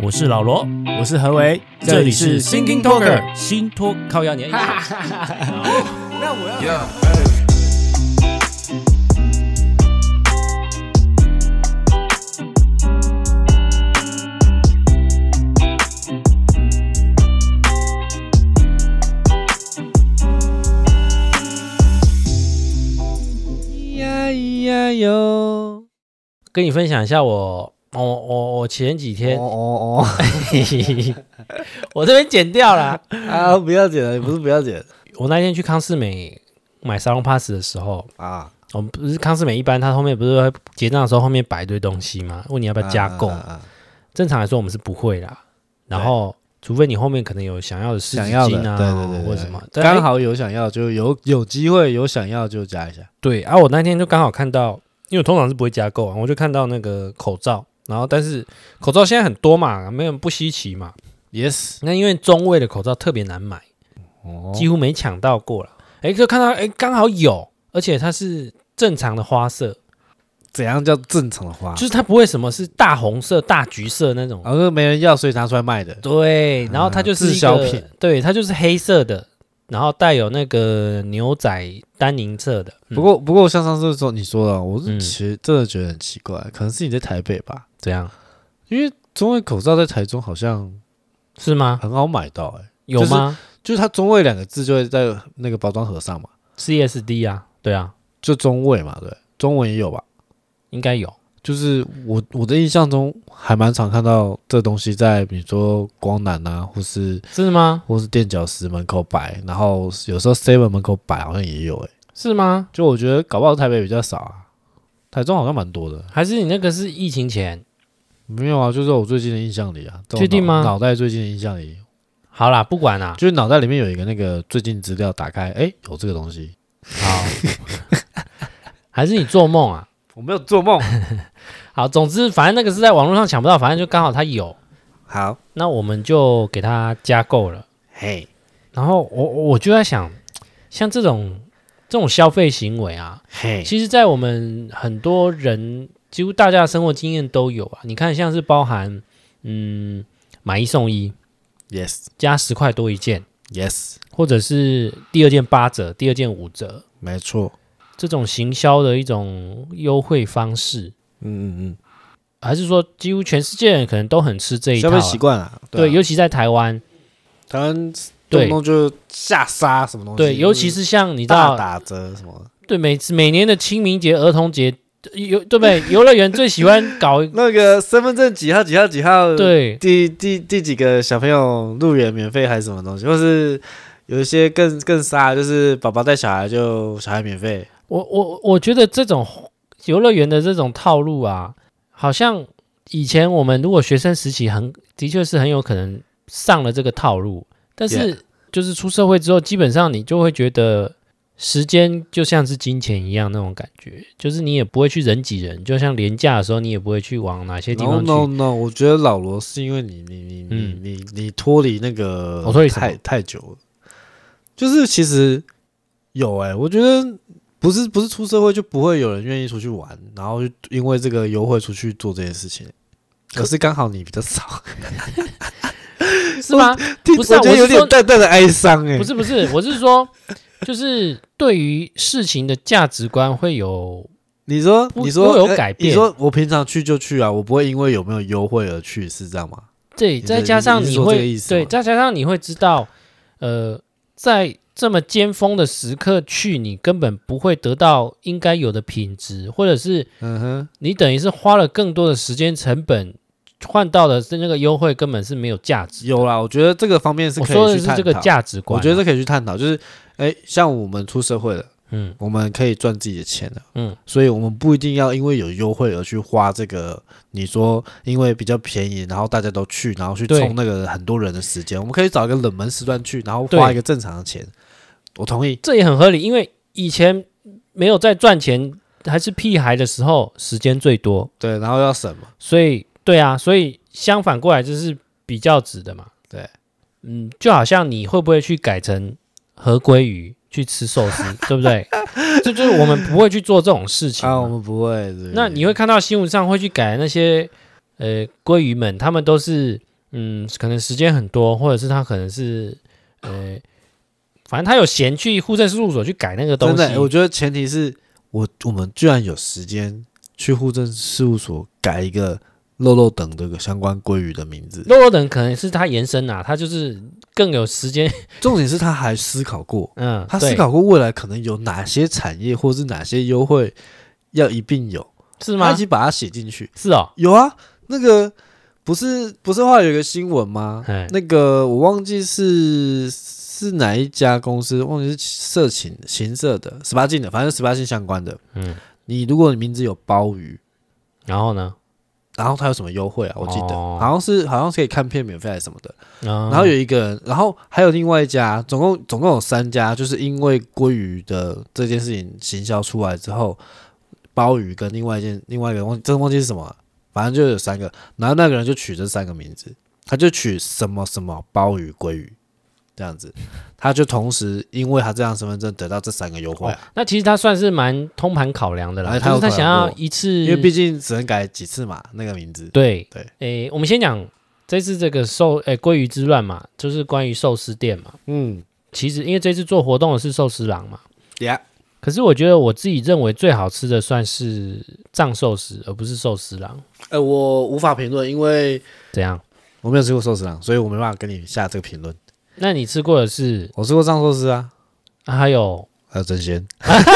我是老罗， 我是何为， 这里是 Thinking Talker 新托靠压年。 那我要。 呀哟，跟你分享一下我前几天我这边剪掉了啊，不要剪了，不是不要剪。 我那天去康士美买沙龙 pass 的时候啊， 我们不是康士美一般，它后面不是会结账的时候后面摆一堆东西吗？问你要不要加购。正常来说我们是不会啦，然后除非你后面可能有想要的湿纸巾啊， 对， 或者什么， 刚好有想要就有机会有想要就加一下。 对啊，我那天就刚好看到，因为我通常是不会加购啊，我就看到那个口罩，然后但是口罩现在很多嘛，没有不稀奇嘛。 Yes， 那因为中卫的口罩特别难买，几乎没抢到过了。就看到刚好有，而且它是正常的花色。 怎样叫正常的花？ 就是它不会什么是大红色、大橘色那种， 然后没人要，所以拿出来卖的。 对，然后它就是滞销品， 对，它就是黑色的，然后带有那个牛仔丹宁色的。 不过像上次你说的，我是其实真的觉得很奇怪，可能是你在台北吧？ 怎样？ 因为中卫口罩在台中好像是吗？ 很好买到有吗？ 就是它中卫2个字就会在那个包装盒上嘛 ，CSD 啊，对啊， 就中卫嘛，对，中文也有吧？ 应该有。 就是我的印象中还蛮常看到这东西在比如说光南啊，或是是吗？ 或是垫脚石门口摆，然后有时候 7 门口摆好像也有是吗？ 就我觉得搞不好台北比较少啊，台中好像蛮多的。 还是你那个是疫情前？ 没有啊，就是我最近的印象里啊。 确定吗？ 脑袋最近的印象里。 好啦，不管啦， 就是脑袋里面有一个那个最近资料打开，有这个东西。 好，还是你做梦啊？ 我没有做梦。 好，总之反正那个是在网络上抢不到，反正就刚好它有。 好， 那我们就给它加购了。 嘿， 然后我就在想，像这种消费行为啊，其实在我们很多人几乎大家的生活经验都有啊。你看，像是包含买1送1 ，yes， 加10块多一件 ，yes， 或者是第2件8折，第2件5折， 没错。 这种行销的一种优惠方式，还是说几乎全世界人可能都很吃这一套， 消费习惯啊， 对，尤其在台湾动不动就下杀什么东西， 对，尤其是像你知道打折什么， 对，每年的清明节、儿童节，对不对？游乐园最喜欢搞那个身份证几号， 对， 第几个小朋友入园免费还是什么东西，或是有一些更杀，就是宝宝带小孩就小孩免费。 我觉得这种游乐园的这种套路啊，好像以前我们如果学生时期的确是很有可能上了这个套路，但是就是出社会之后，基本上你就会觉得时间就像是金钱一样那种感觉，就是你也不会去人挤人，就像连假的时候你也不会去往哪些地方去。 No， 我觉得老罗是因为你脱离那个太久了，就是其实有我觉得。不是出社会就不会有人愿意出去玩，然后因为这个优惠出去做这件事情。可是刚好你比较少， 是吗？不是、啊， 我觉得有点淡淡的哀伤不是，我是说，就是对于事情的价值观会有， 你说会有改变。 你说我平常去就去啊，我不会因为有没有优惠而去，是这样吗？ 对，再加上你会对，再加上你会知道，在这么尖峰的时刻去，你根本不会得到应该有的品质，或者是你等于是花了更多的时间成本换到的是那个优惠，根本是没有价值。 有啦，我觉得这个方面是可以去探讨。 我说的是这个价值观， 我觉得可以去探讨。就是像我们出社会了，我们可以赚自己的钱了，所以我们不一定要因为有优惠而去花这个。你说因为比较便宜，然后大家都去，然后去冲那个很多人的时间，我们可以找一个冷门时段去，然后花一个正常的钱。我同意， 这也很合理，因为以前没有在赚钱，还是屁孩的时候，时间最多， 对，然后要省嘛， 所以对啊，所以相反过来就是比较值的嘛， 对， 就好像你会不会去改成河鲑鱼去吃寿司，对不对？这就是我们不会去做这种事情我们不会。 那你会看到新闻上会去改那些鲑鱼们，他们都是可能时间很多，或者是他可能是反正他有闲去户政事务所去改那个东西。 真的，我觉得前提是我们居然有时间去户政事务所改一个漏漏等这个相关鲑鱼的名字。 漏漏等可能是他延伸啊，他就是更有时间。 重点是他还思考过，他思考过未来可能有哪些产业或是哪些优惠要一并有， 是吗？ 他已经把它写进去。 是哦， 有啊，那个不是后来有一个新闻吗？那个我忘记是哪一家公司，忘记是色情情色的18禁的，反正18禁相关的。如果你名字有鲍鱼， 然后呢？ 然后他有什么优惠啊？我记得、好像是可以看片免费还是什么的。然后有一个人，然后还有另外一家，总共有3家，就是因为鲑鱼的这件事情行销出来之后，鲍鱼跟另外一个人真的忘记是什么了，反正就有3个，然后那个人就取这3个名字，他就取什么什么鲍鱼鲑鱼这样子，他就同时因为他这样身份证得到这3个优惠、 那其实他算是蛮通盘考量的啦，就是他想要一次， 因为毕竟只能改几次嘛，那个名字。 对，我们先讲这次这个鲑鱼之乱嘛，就是关于寿司店嘛。其实因为这次做活动的是寿司郎嘛。可是我觉得我自己认为最好吃的算是藏寿司，而不是寿司郎。 我无法评论，因为怎样？ 我没有吃过寿司郎，所以我没办法跟你下这个评论。 那你吃过的是？ 我吃过藏寿司啊， 还有真鲜，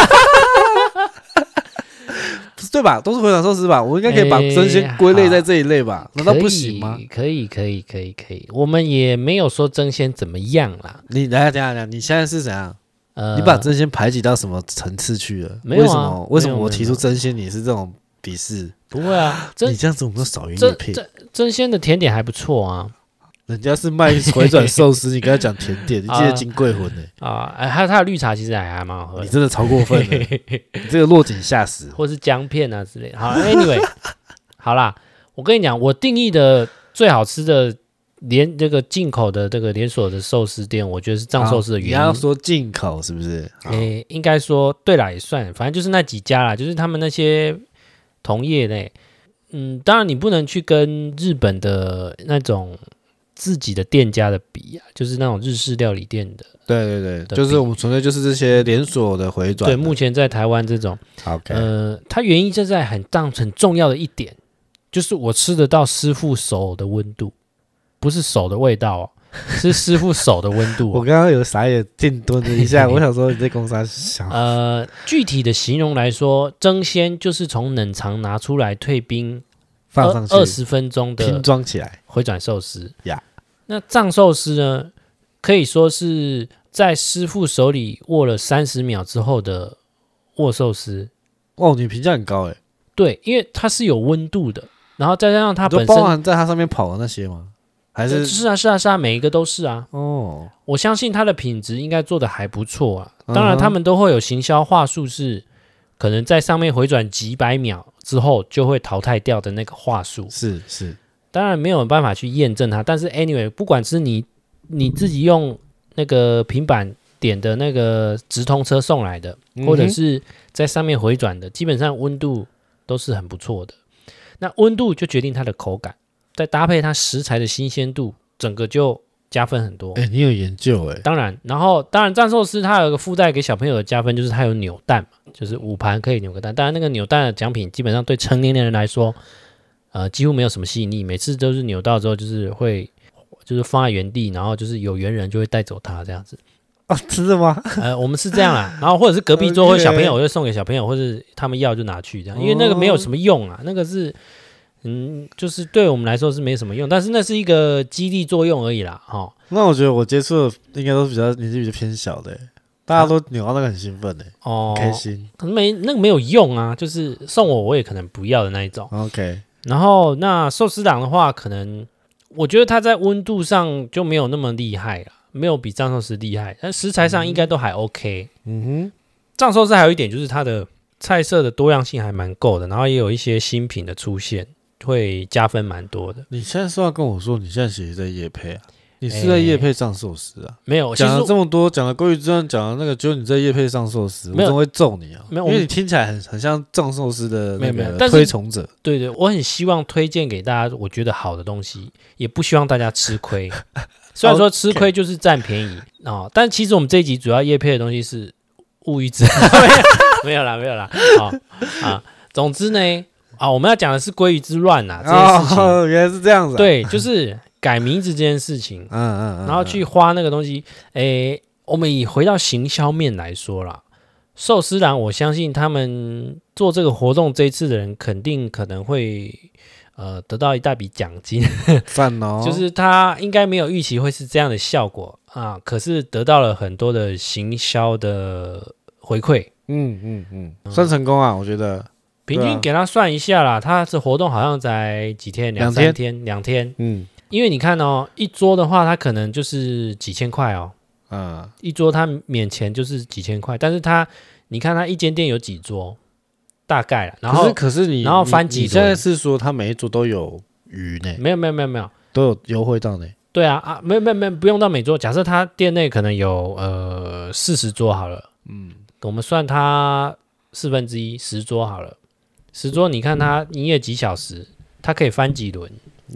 对吧？都是回转寿司吧？我应该可以把真鲜归类在这一类吧？难道不行吗？ 可以，我们也没有说真鲜怎么样啦。 你来讲，你现在是怎样？你把真鲜排挤到什么层次去了？ 没有啊？ 为什么我提出真鲜你是这种鄙视？ 不会啊， 你这样子我们都少一业配。 真鲜的甜点还不错啊。 人家是卖回转寿司，你跟他讲甜点，你记得金贵魂还有他的绿茶其实还蛮好喝的。 你真的超过分了，你这个落井下石， 或是姜片啊之类的。好 ，anyway， 好啦，我跟你讲，我定义的最好吃的这个进口的这个连锁的寿司店，我觉得是藏寿司的原因。 你要说进口是不是？ 应该说对啦，也算，反正就是那几家啦，就是他们那些同业内。当然你不能去跟日本的那种自己的店家的比啊，就是那种日式料理店的。 对，就是我们纯粹就是这些连锁的回转。 对，目前在台湾这种 ，OK， 它原因就在很重要的一点，就是我吃得到师傅手的温度，不是手的味道哦，是师傅手的温度、哦。 我刚刚有傻眼定蹲了一下，我想说你在公司想。 具体的形容来说，蒸鲜就是从冷藏拿出来退冰， 放上去 20分钟的拼装起来回转寿司呀。 那藏寿司呢，可以说是在师傅手里握了30秒之后的握寿司。 哦，你评价很高哎。 对，因为它是有温度的，然后再加上它本身包含在它上面跑的那些吗？还是是啊，每一个都是啊。哦，我相信它的品质应该做的还不错啊。当然，他们都会有行销话术，是可能在上面回转几百秒之后就会淘汰掉的那个话术。 是。 当然没有办法去验证它，但是 anyway， 不管是你自己用那个平板点的那个直通车送来的，或者是在上面回转的，基本上温度都是很不错的。那温度就决定它的口感，再搭配它食材的新鲜度，整个就加分很多。 你有研究当然藏寿司它有一个附带给小朋友的加分，就是它有扭蛋嘛，就是5盘可以扭个蛋。当然那个扭蛋的奖品基本上对成年人来说几乎没有什么吸引力，每次都是扭到之后就是会放在原地，然后就是有缘人就会带走它这样子。 真的吗？ 我们是这样啦，然后或者是隔壁桌或小朋友，我就送给小朋友，或者他们要就拿去这样，因为那个没有什么用啊，那个是就是对我们来说是没什么用，但是那是一个激励作用而已啦。 那我觉得我接触的应该都是年纪比较偏小的，大家都扭到那个很兴奋很开心。 可是那个没有用啊，就是送我也可能不要的那一种。 OK。 然后那寿司郎的话，可能我觉得它在温度上就没有那么厉害啦，没有比藏寿司厉害，但食材上应该都还 OK。藏寿司还有一点就是它的菜色的多样性还蛮够的，然后也有一些新品的出现，会加分蛮多的。 你现在是要跟我说你现在其实在业配啊？ 你是在业配上寿司啊？ 没有， 讲了这么多，讲了鲑鱼之乱，讲了那个，只有你在业配上寿司，我怎么会揍你啊？ 没有， 因为你听起来很像藏寿司的那个推崇者。 对对，我很希望推荐给大家我觉得好的东西，也不希望大家吃亏。虽然说吃亏就是占便宜哦，但其实我们这一集主要业配的东西是乌鱼子，没有啦。总之呢，我们要讲的是鲑鱼之乱呐，这件事情。 原来是这样子。 对，就是改名字这件事情。然后去花那个东西。我们以回到行销面来说啦，寿司郎，我相信他们做这个活动这一次的人，肯定可能会得到一大笔奖金。 赞哦！ 就是他应该没有预期会是这样的效果啊，可是得到了很多的行销的回馈。 算成功啊，我觉得。 平均给他算一下啦，他这活动好像才几天，2-3天，2天。因为你看哦，一桌的话，他可能就是几千块哦。一桌他免钱就是几千块，但是你看他一间店有几桌，大概了。然后可是然后翻几桌？ 你现在是说他每一桌都有鱼呢？ 没有， 都有优惠到呢。 对啊，没有，不用到每桌。假设他店内可能有40桌好了，我们算他1/4， 10桌好了。10桌，你看他营业几小时，他可以翻几轮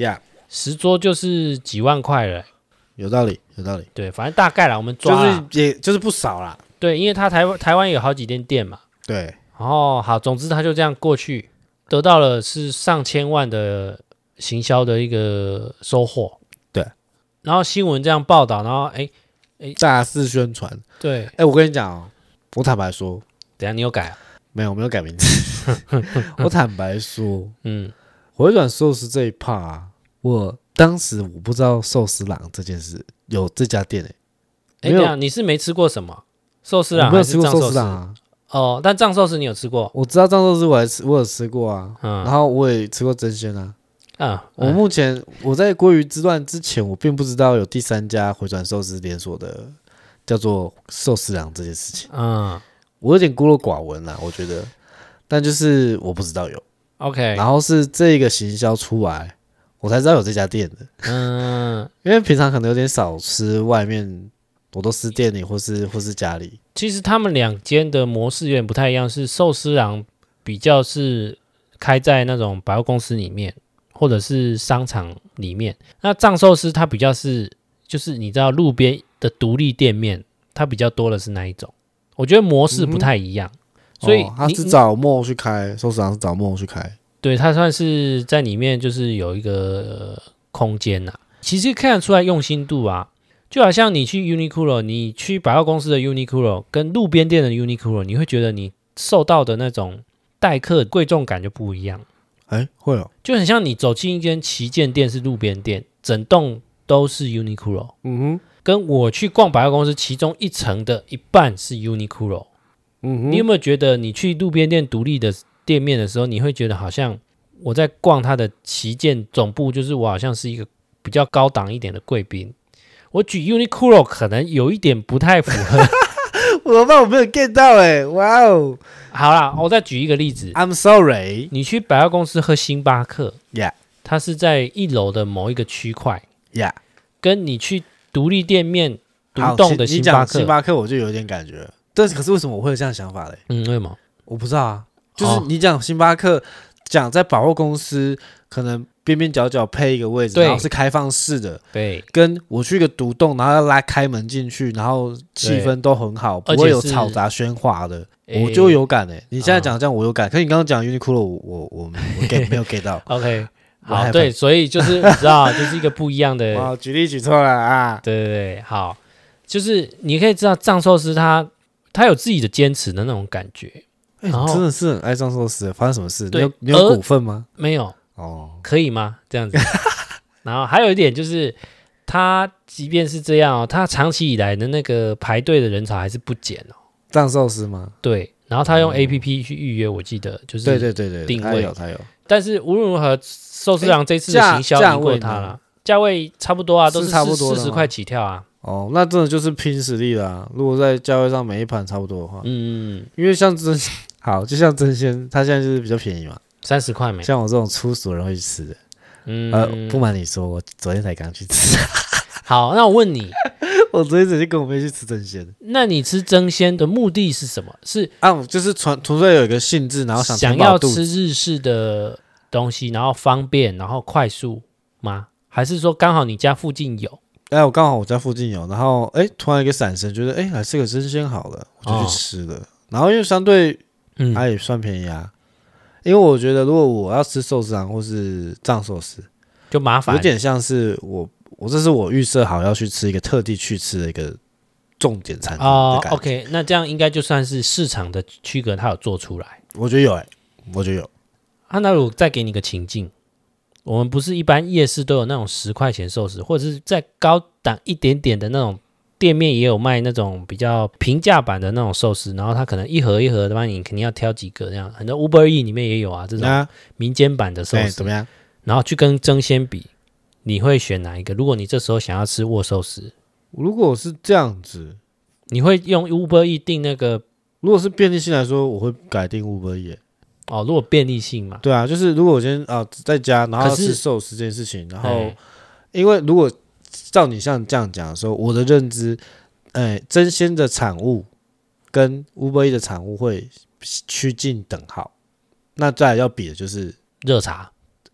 ？10桌就是几万块了。 有道理。 对，反正大概啦，我们抓啦就是不少啦。 对，因为他台湾有好几间店嘛。 对。 然后好，总之他就这样过去，得到了是上千万的行销的一个收获。 对。 然后新闻这样报道，然后大肆宣传。 对。 我跟你讲哦，我坦白说， 等一下你有改啊？ 没有改名字。我坦白说，回转寿司这一趴啊，当时我不知道寿司郎这件事有这家店等一下你是没吃过什么寿司郎？ 我没有吃过寿司郎啊。 但藏寿司你有吃过？ 我知道藏寿司我有吃过啊。然后我也吃过真鲜啊。我在鲑鱼之乱之前，我并不知道有第3家回转寿司连锁的叫做寿司郎这件事情。我有点孤陋寡闻啦，我觉得。但就是我不知道有 OK， 然后是这个行销出来，我才知道有这家店的。因为平常可能有点少吃外面，我都吃店里或是家里。 其实他们2间的模式有点不太一样，是寿司郎比较是开在那种百货公司里面，或者是商场里面。那藏寿司它比较是就是你知道路边的独立店面，它比较多的是那一种。我觉得模式不太一样。所以他是找梦去开，寿司郎是找梦去开。 对，他算是在里面就是有一个空间呐。其实看得出来用心度啊，就好像你去 Uniqlo， 你去百货公司的 Uniqlo 跟路边店的 Uniqlo， 你会觉得你受到的那种待客贵重感就不一样。 会哦， 就很像你走进一间旗舰店是路边店，整栋都是 Uniqlo。跟我去逛百货公司，其中一层的一半是 Uniqlo。你有没有觉得你去路边店独立的店面的时候，你会觉得好像我在逛它的旗舰总部，就是我好像是一个比较高档一点的贵宾。我举 Uniqlo 可能有一点不太符合。 我没有 get 到哇哦！ 好啦，我再举一个例子。 I'm sorry。 你去百货公司喝星巴克 ，Yeah， 它是在1楼的某一个区块 ，Yeah， 跟你去独立店面独栋的星巴克， 你讲星巴克我就有点感觉了。但是可是为什么我会有这样的想法嘞？ 为什么？ 我不知道啊。就是你讲星巴克，讲在百货公司，可能边边角角配一个位置，然后是开放式的。 对， 跟我去一个独栋，然后要拉开门进去，然后气氛都很好，不会有嘈杂喧哗的，我就有感你现在讲这样我有感，可是你刚刚讲 Uniqlo， 我没有 get 到。 OK， 好，对，所以就是你知道，就是一个不一样的。 哇，举例举错了啊！ 对，好，就是你可以知道藏寿司他有自己的坚持的那种感觉。 你真的是很爱藏寿司，发生什么事？你有股份吗？ 没有。可以吗？这样子。然后还有一点就是，他即便是这样他长期以来的那个排队的人潮还是不减藏寿司吗？ 对。然后他用 APP 去预约，我记得就是对定位， 他有。 但是无论如何，寿司郎这次的行销赢过他了，价位差不多啊，都是40块起跳啊。 那真的就是拼实力啦。如果在价位上每一盘差不多的话，因为像就像真鲜，它现在就是比较便宜嘛 ，30块没。 像我这种粗俗的人会去吃的。不瞒你说，我昨天才刚去吃。 好，那我问你， 我昨天直接跟我妹去吃蒸鲜。 那你吃蒸鲜的目的是什么？是就是纯粹有一个兴致，然后想要吃日式的东西，然后方便，然后快速吗？还是说刚好你家附近有？ 我刚好我家附近有，然后突然一个闪神，觉得来吃个蒸鲜好了，我就去吃了。然后因为相对它也算便宜啊，因为我觉得如果我要吃寿司郎或是藏寿司， 就麻烦， 有点像是我这是我预设好要去吃一个特地去吃的一个重点餐厅的感觉。 OK， 那这样应该就算是市场的区隔，它有做出来。 我觉得有我觉得有。 那我再给你个情境。我们不是一般夜市都有那种10块钱寿司，或者是再高档一点点的那种店面也有卖那种比较平价版的那种寿司，然后它可能一盒一盒的，你肯定要挑几个这样。很多 Uber Eats 里面也有啊，这种民间版的寿司， 怎么样？ 然后去跟蒸鲜比，你会选哪一个？如果你这时候想要吃握寿司， 如果是这样子， 你会用 Uber Eats 订那个？ 如果是便利性来说，我会改订 Uber Eats。 如果便利性嘛， 对啊，就是如果我今天在家，然后要吃寿司这件事情，然后因为如果照你像这样讲的时候，我的认知，蒸鲜的产物跟 Uber Eats 的产物会趋近等号，那再来要比的就是热茶。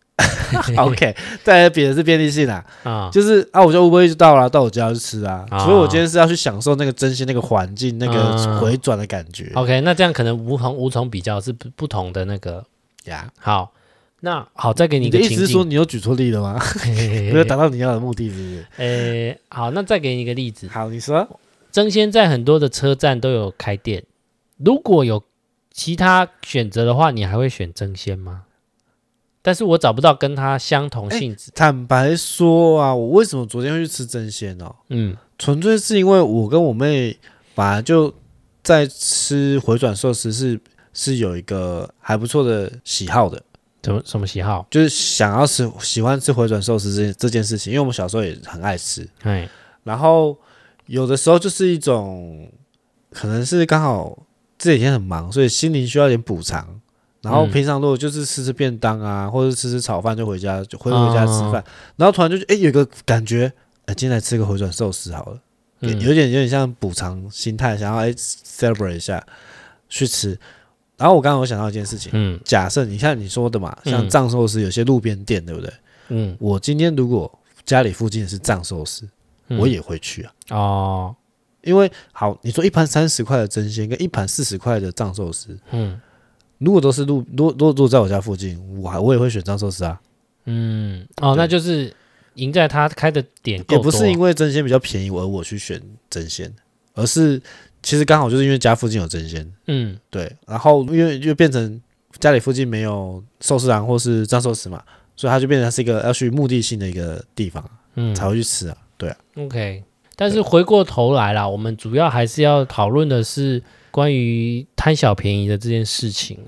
OK， 再来比的是便利性就是我就 Uber Eats 就到我家去吃所以我今天是要去享受那个蒸鲜那个环境那个回转的感觉。 OK， 那这样可能无从比较，是不同的那个好，那好，再给你一个情境。 你的意思是说你有举错例了吗？没有达到你要的目的，是不是？ 好，那再给你一个例子。 好，你说。 蒸鲜在很多的车站都有开店，如果有其他选择的话，你还会选蒸鲜吗？但是我找不到跟它相同性质。 坦白说我为什么昨天会去吃蒸鲜纯粹是因为我跟我妹本来就在吃回转寿司是有一个还不错的喜好的。 什么喜好？ 就是喜欢吃回转寿司这件事情，因为我们小时候也很爱吃。然后有的时候就是一种可能是刚好这几天很忙，所以心灵需要一点补偿。然后平常如果就是吃便当或者吃炒饭就回家吃饭，然后突然就有一个感觉，今天来吃个回转寿司好了，有点像补偿心态，想要celebrate 一下去吃。然后我刚刚有想到一件事情，假设你看你说的嘛，像藏寿司有些路边店，对不对？我今天如果家里附近是藏寿司，我也会去因为好，你说一盘30块的蒸鲜跟一盘40块的藏寿司，如果都是如果在我家附近，我也会选藏寿司那就是赢在他开的点够多。 也不是因为蒸鲜比较便宜而我去选蒸鲜，而是其实刚好就是因为家附近有蒸鲜，对，然后因为就变成家里附近没有寿司郎或是藏寿司嘛，所以它就变成是一个要去目的性的一个地方，才会去吃对 OK， 但是回过头来啦，我们主要还是要讨论的是关于贪小便宜的这件事情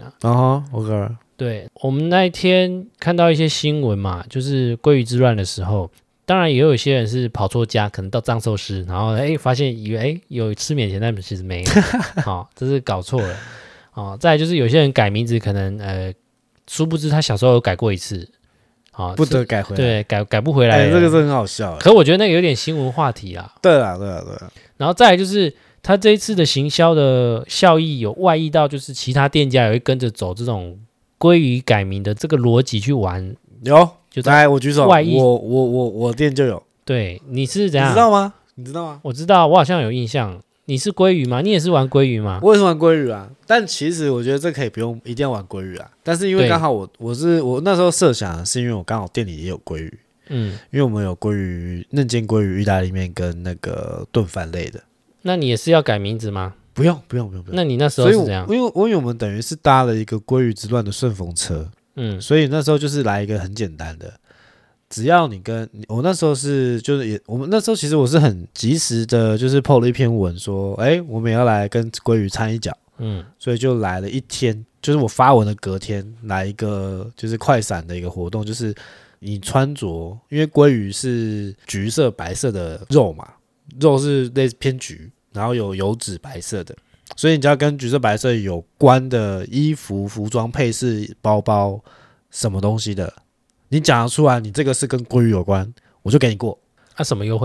OK， 对，我们那一天看到一些新闻嘛，就是鲑鱼之乱的时候，当然也有一些人是跑错家，可能到藏寿司，然后发现以为有吃免钱，但其实没有，这是搞错了再来就是有些人改名字，可能殊不知他小时候有改过一次， 不得改回来， 对，改不回来这个是很好笑。 可我觉得那个有点新闻话题啦。 对啦。 然后再来就是他这一次的行销的效益有外溢到，就是其他店家也会跟着走这种鲑鱼改名的这个逻辑去玩。 有，来我举手， 外溢我店就有。对， 你是怎样？ 你知道吗？ 我知道，我好像有印象。你是鲑鱼吗？你也是玩鲑鱼吗？ 我也是玩鲑鱼但其实我觉得这可以不用一定要玩鲑鱼但是因为刚好我那时候设想的是因为我刚好店里也有鲑鱼，因为我们有鲑鱼嫩煎鲑鱼意大利面跟那个炖饭类的。 那你也是要改名字吗？ 不用。 那你那时候是怎样？ 因为我们等于是搭了一个鲑鱼之乱的顺风车，所以那时候就是来一个很简单的，只要你跟我那时候是就是我们那时候其实我是很及时的，就是 po 了一篇文说，我们也要来跟鲑鱼掺一脚，所以就来了一天，就是我发文的隔天来一个就是快闪的一个活动，就是你穿着，因为鲑鱼是橘色白色的肉嘛，肉是类似偏橘，然后有油脂白色的，所以你只要跟橘色白色有关的衣服、服装、配饰、包包什么东西的，你讲得出来，你这个是跟鲑鱼有关，我就给你过。 什么优惠？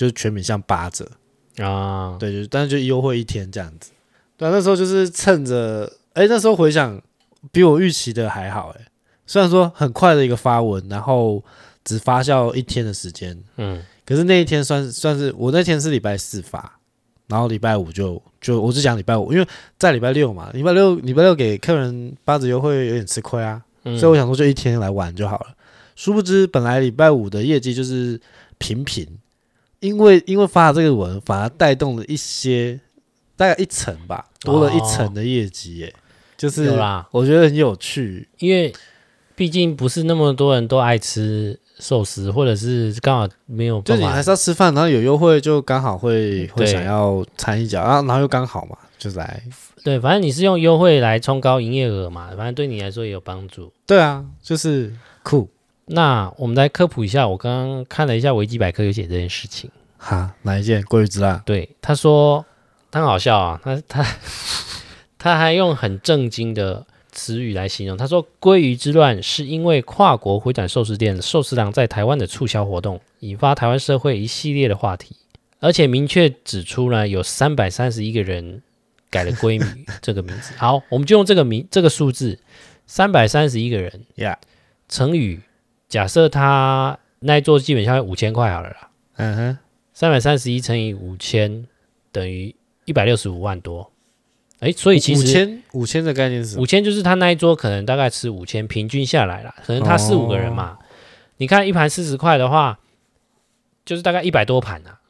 就是全品项8折啊， 对，但是就优惠1天这样子。对啊，那时候就是趁着，那时候回想比我预期的还好，虽然说很快的一个发文，然后只发酵1天的时间，可是那一天算是我那天是礼拜4发，然后礼拜5就我是讲礼拜5，因为在礼拜6嘛，礼拜六给客人8折优惠有点吃亏啊，所以我想说就1天来玩就好了。殊不知本来礼拜5的业绩就是平平，因为发了这个文，反而带动了一些大概1层吧，多了1层的业绩就是我觉得很有趣， 因为毕竟不是那么多人都爱吃寿司，或者是刚好没有办法， 就你还是要吃饭，然后有优惠就刚好会想要掺一脚然后又刚好嘛，就是来对，反正你是用优惠来冲高营业额嘛，反正对你来说也有帮助。 对啊，就是酷。 那我们来科普一下，我刚刚看了一下维基百科有写这件事情。 哈，哪一件？鲑鱼之乱？ 对，他说他很好笑啊，他还用很正经的词语来形容。他说鲑鱼之乱是因为跨国回转寿司店寿司郎在台湾的促销活动，引发台湾社会一系列的话题，而且明确指出呢，有331个人改了鲑鱼这个名字。好，我们就用这个数字331个人乘以假设他那一桌基本上5000块好了啦，331乘以5000等于165万多。所以其实 5000的概念是 5000就是他那一桌可能大概吃5000，平均下来啦，可能他4-5个人嘛。你看一盘40块的话，就是大概100多盘啊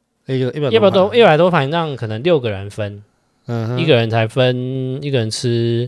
，100多盘让可能6个人分，一个人才分一个人吃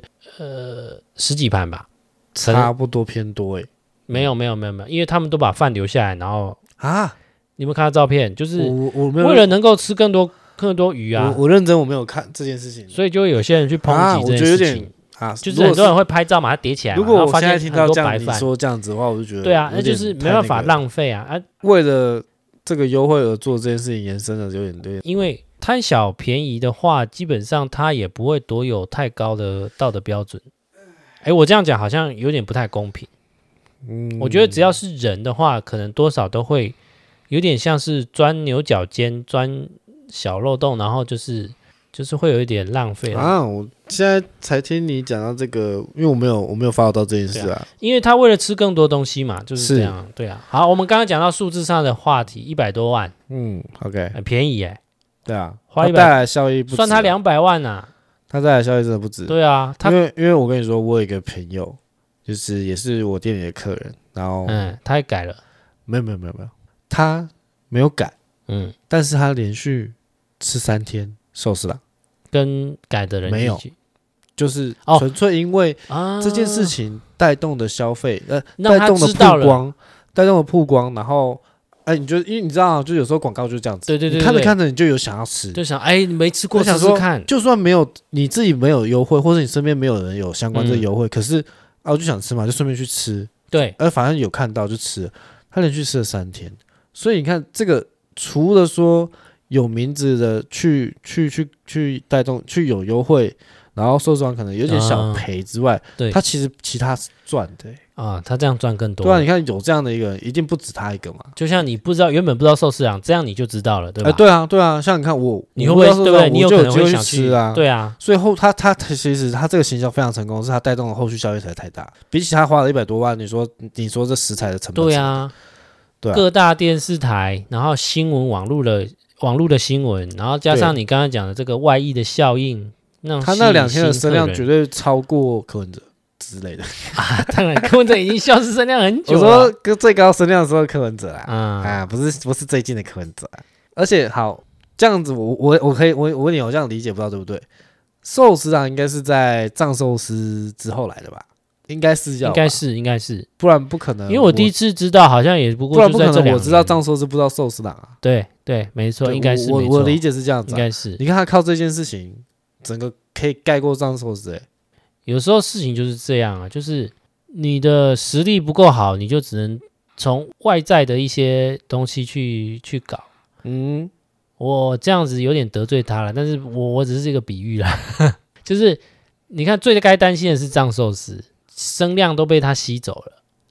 10几盘吧， 差不多偏多没有，因为他们都把饭留下来，然后你有没有看到照片？就是为了能够吃更多鱼啊！ 我认真我没有看这件事情， 所以就会有些人去抨击这件事情就是很多人会拍照把它叠起来， 如果我现在听到这样你说这样子的话，我就觉得对啊，那就是没办法浪费啊！ 为了这个优惠而做这件事情，延伸的有点， 因为贪小便宜的话，基本上它也不会多有太高的道德标准。我这样讲好像有点不太公平。我觉得只要是人的话，可能多少都会有点像是钻牛角尖、钻小漏洞，然后就是会有一点浪费我现在才听你讲到这个，因为我没有发到这件事因为他为了吃更多东西嘛，就是这样。对啊，好，我们刚刚讲到数字上的话题，100多万 ，OK， 很便宜对啊， 花100 带来效益不止， 算他200万啊， 他带来效益真的不止。 对啊， 因为我跟你说，我有一个朋友，就是也是我店里的客人，然后他也改了， 没有，他没有改，但是他连续吃3天寿司郎， 跟改的人没有，就是纯粹因为这件事情带动的消费，带动的曝光，然后因为你知道，就有时候广告就这样子， 对， 你看着看着你就有想要吃， 就想你没吃过试试看， 就算没有你自己没有优惠，或者你身边没有人有相关这个优惠，可是我就想吃嘛，就顺便去吃， 对， 反正有看到就吃了，他连续吃了3天，所以你看这个除了说有名字的去带动去有优惠，然后寿司郎可能有点小赔之外，他其实其他是赚的他这样赚更多。 对啊，你看有这样的一个人，一定不止他一个嘛。 就像你原本不知道寿司郎，这样你就知道了，对吧？ 对啊，像你看你会不会对不对？你有可能会想吃啊， 对啊。 所以他其实他这个行销非常成功，是他带动的后续效益才太大。比起他花了100多万，你说这食材的成本， 对啊，各大电视台，然后新闻网络的新闻，然后加上你刚刚讲的这个外溢的效应， 他那2天的声量绝对超过柯文哲之类的当然柯文哲已经消失声量很久了。 我说最高声量的时候柯文哲不是最近的柯文哲而且好这样子我可以我问你，我这样理解不知道对不对？寿司郎应该是在藏寿司之后来的吧？应该是，不然不可能。 因为我第一次知道，好像也不过就在这2年。 我知道藏寿司，不知道寿司郎啊。 对，没错，应该是。 我理解是这样子， 应该是。 你看他靠这件事情，整个可以盖过藏寿司。 有时候事情就是这样啊，就是你的实力不够好，你就只能从外在的一些东西去搞。我这样子有点得罪他了，但是我只是一个比喻啦，就是你看最该担心的是藏寿司。声量都被他吸走了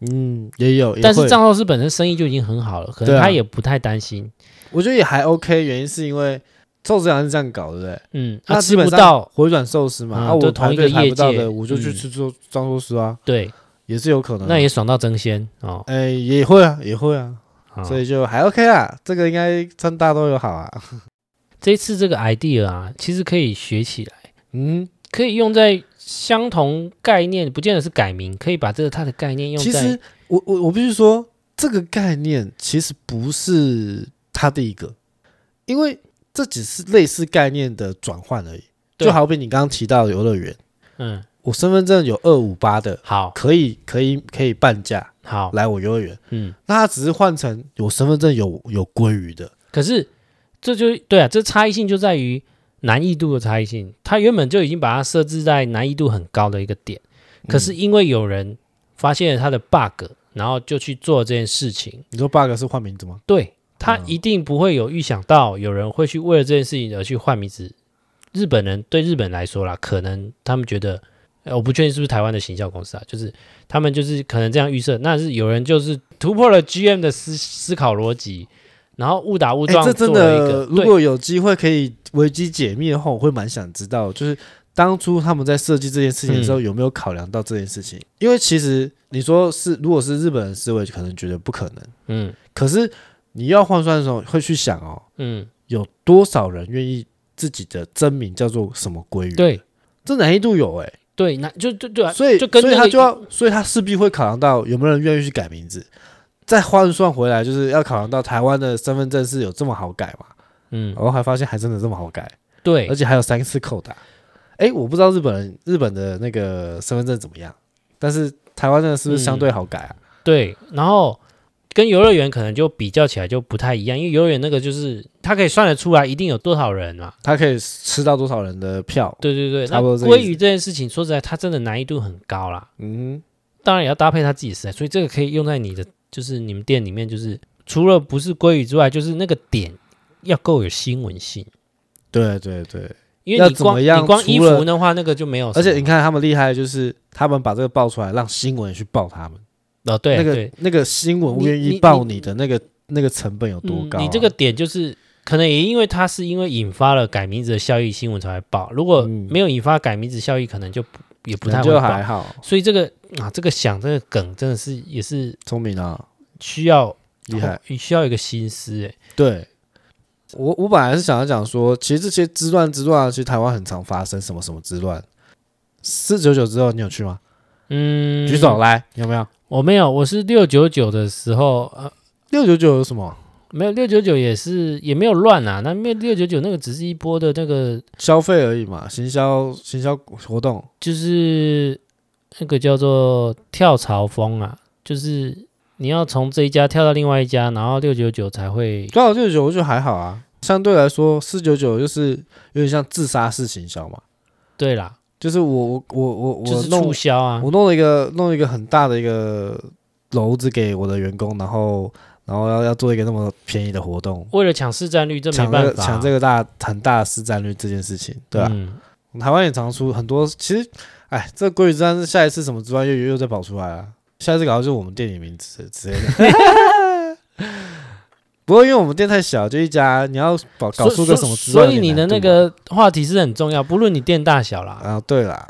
也有， 但是藏寿司本身生意就已经很好了，可能他也不太担心。 我觉得也还 OK， 原因是因为寿司郎是这样搞，对不对？ 他吃不到回转寿司嘛，我同一个业界的，我就去吃藏寿司啊。 对， 也是有可能。 那也爽到争先哦。 也会啊，所以就还 OK 啊，这个应该算大家都有好啊。 这一次这个 idea 啊，其实可以学起来，可以用在相同概念，不见得是改名，可以把它的概念用在。 其实我必须说，这个概念其实不是它第一个，因为这只是类似概念的转换而已。就好比你刚刚提到的游乐园，我身份证有258的，好，可以半价，好，来我游乐园，那它只是换成我身份证有鲑鱼的， 可是这就对啊，这差异性就在于难易度的差异性，它原本就已经把它设置在难易度很高的一个点，可是因为有人发现了它的 bug， 然后就去做这件事情。 你说 bug 是换名字吗？ 对，他一定不会有预想到有人会去为了这件事情而去换名字。日本人对日本来说啦，可能他们觉得，我不确定是不是台湾的行销公司啊，就是他们就是可能这样预设，那是有人就是突破了 GM 的思考逻辑。然后误打误撞做了一个， 如果有机会可以危机解密的话，我会蛮想知道，就是当初他们在设计这件事情的时候，有没有考量到这件事情？因为其实你说是，如果是日本人思维，可能觉得不可能，可是你要换算的时候，会去想哦，有多少人愿意自己的真名叫做什么鲑鱼？ 对， 这难易度有对，那就对啊， 所以他势必会考量到有没有人愿意去改名字。再换算回来，就是要考量到台湾的身份证是有这么好改嘛？我还发现还真的这么好改， 对， 而且还有3次扣打。我不知道日本的那个身份证怎么样，但是台湾的是不是相对好改啊？ 对，然后跟游乐园可能就比较起来就不太一样，因为游乐园那个就是它可以算得出来一定有多少人嘛， 它可以吃到多少人的票。 对，差不多。鲑鱼这件事情，说实在，它真的难易度很高啦。当然也要搭配它自己的食材，所以这个可以用在你的。就是你们店里面，就是除了不是鲑鱼之外，就是那个点要够有新闻性。 对， 因为你光衣服的话，那个就没有。 而且你看他们厉害，就是他们把这个爆出来，让新闻去报他们。 对， 那个新闻愿意报你的那个成本有多高？ 你这个点就是可能也因为它是因为引发了改名字的效益，新闻才会报。如果没有引发改名字效益，可能就也不太会报， 就还好。 所以这个想这个梗真的是也是聪明啊， 需要厉害， 需要一个心思对，我本来是想要讲说，其实这些之乱，其实台湾很常发生什么之乱。499之后你有去吗？举手来，有没有？ 我没有，我是699的时候 ，699有什么？ 没有，699也没有乱啊。那699那个只是一波的那个消费而已嘛，行销活动， 就是那个叫做跳槽风啊，就是你要从这一家跳到另外一家，然后699才会。 对啊，699我觉得还好啊，相对来说499就是有点像自杀式行销嘛。 对啦， 就是我就是促销啊， 我弄了一个很大的一个篓子给我的员工，然后要做一个那么便宜的活动， 为了抢市占率，这没办法抢这个很大的市占率这件事情，对吧？台湾也常出很多，其实，这个鲑鱼之乱是下一次什么之乱又再跑出来啊？下一次搞的就是我们店里名字之类的。不过因为我们店太小，就一家，你要搞出个什么之乱， 所以你的那个话题是很重要，不论你店大小啦。 对啦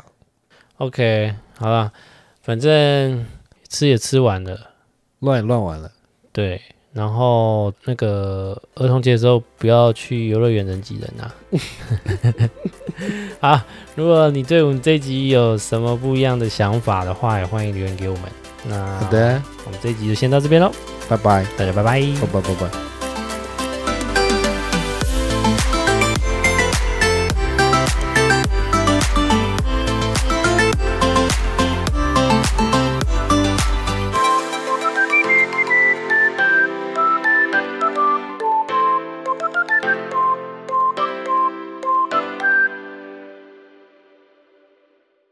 ，OK， 好了，反正吃也吃完了， 乱也乱完了。 对，然后那个儿童节的时候不要去游乐园人挤人啊。好，如果你对我们这一集有什么不一样的想法的话，也欢迎留言给我们。那好的， 我们这一集就先到这边喽， 拜拜， 大家拜拜， 拜拜。